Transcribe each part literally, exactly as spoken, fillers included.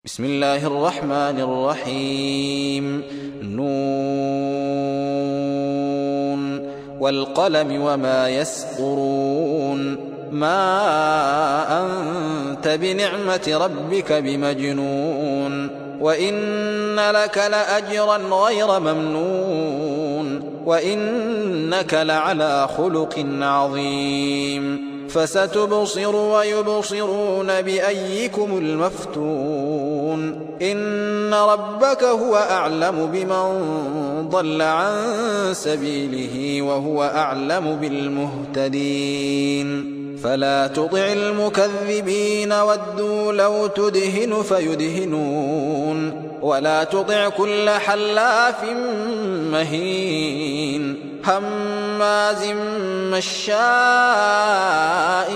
بسم الله الرحمن الرحيم. نون والقلم وما يسطرون. ما أنت بنعمة ربك بمجنون. وإن لك لأجرا غير ممنون. وإنك لعلى خلق عظيم. فستبصر ويبصرون بأيكم المفتون. إن ربك هو أعلم بمن ضل عن سبيله وهو أعلم بالمهتدين. فلا تطع المكذبين ودوا لو تدهن فيدهنون. ولا تطع كل حلاف مهين هماز مشاء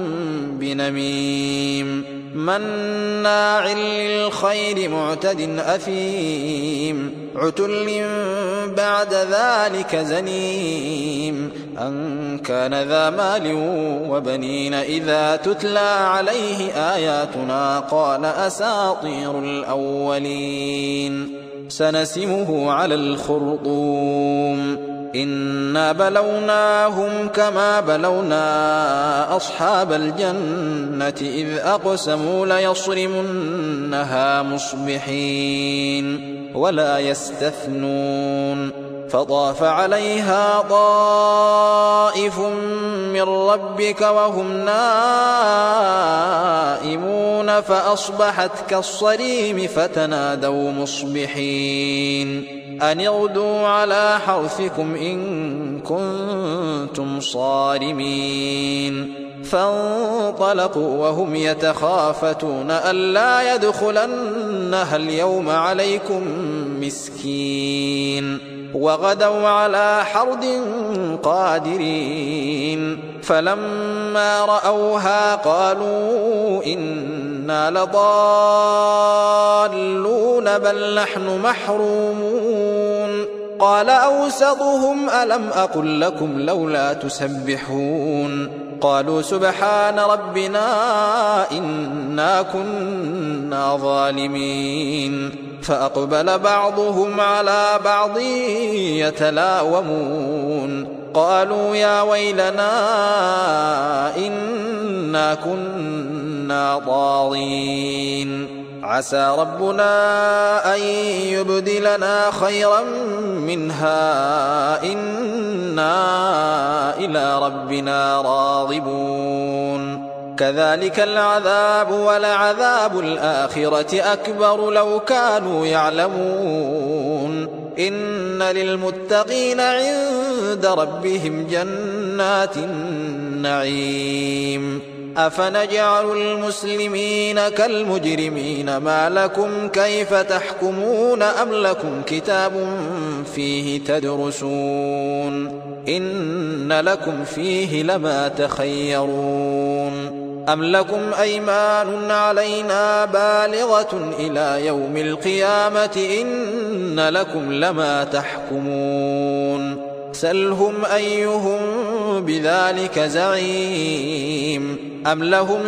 بنميم مناع للخير معتد أثيم عتل بعد ذلك زنيم أن كان ذا مال وبنين إذا تتلى عليه آياتنا قال أساطير الأولين. سنسمه على الخرطوم. إنا بلوناهم كما بلونا أصحاب الجنة إذ أقسموا ليصرمنها مصبحين ولا يستثنون. فطاف عليها طائف من ربك وهم نائمون فأصبحت كالصريم فتنادوا مصبحين أن اغدوا على حرثكم إن كنتم صارمين. فانطلقوا وهم يتخافتون ألا يدخلنها اليوم عليكم مسكين وغدوا على حرد قادرين. فلما رأوها قالوا إنا لضالون بل نحن محرومون. قال أوسطهم ألم أقل لكم لولا تسبحون. قالوا سبحان ربنا إنا كنا ظالمين. فأقبل بعضهم على بعض يتلاومون قالوا يا ويلنا إنا كنا طاغين. عسى ربنا أن يبدلنا خيرا منها إنا إلى ربنا راغبون. كذلك العذاب ولعذاب الآخرة أكبر لو كانوا يعلمون. إن للمتقين عند ربهم جنات النعيم. أفنجعل المسلمين كالمجرمين ما لكم كيف تحكمون أم لكم كتاب فيه تدرسون إن لكم فيه لما تخيرون. أم لكم أيمان علينا بالغة إلى يوم القيامة إن لكم لما تحكمون. سلهم أيهم بذلك زعيم. أم لهم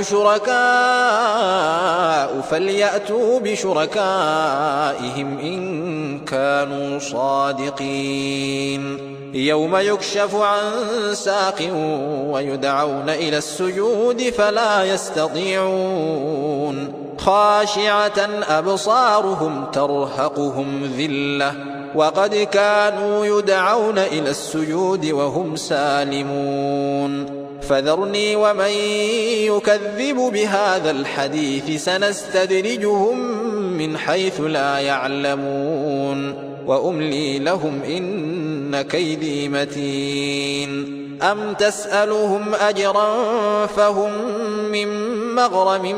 شركاء فليأتوا بشركائهم إن كانوا صادقين. يوم يكشف عن ساق ويدعون إلى السجود فلا يستطيعون. خاشعة أبصارهم ترهقهم ذلة وقد كانوا يدعون إلى السجود وهم سالمون. فذرني ومن يكذب بهذا الحديث سنستدرجهم من حيث لا يعلمون وأملي لهم إن كيدي متين. أم تسألهم أجرا فهم من مغرم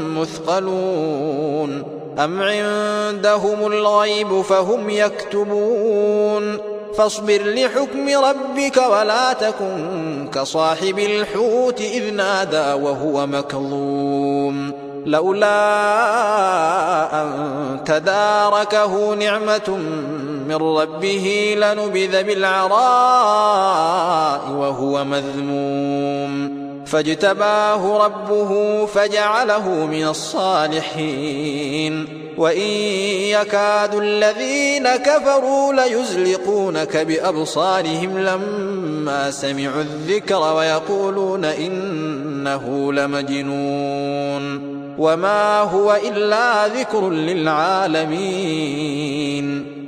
مثقلون أم عندهم الغيب فهم يكتبون. فاصبر لحكم ربك ولا تكن كصاحب الحوت إذ نادى وهو مكظوم لولا أن تداركه نعمة من ربه لنبذ بالعراء وهو مذموم فاجتباه ربه فجعله من الصالحين وإن يكاد الذين كفروا ليزلقونك بأبصارهم لما سمعوا الذكر ويقولون إنه لمجنون وما هو إلا ذكر للعالمين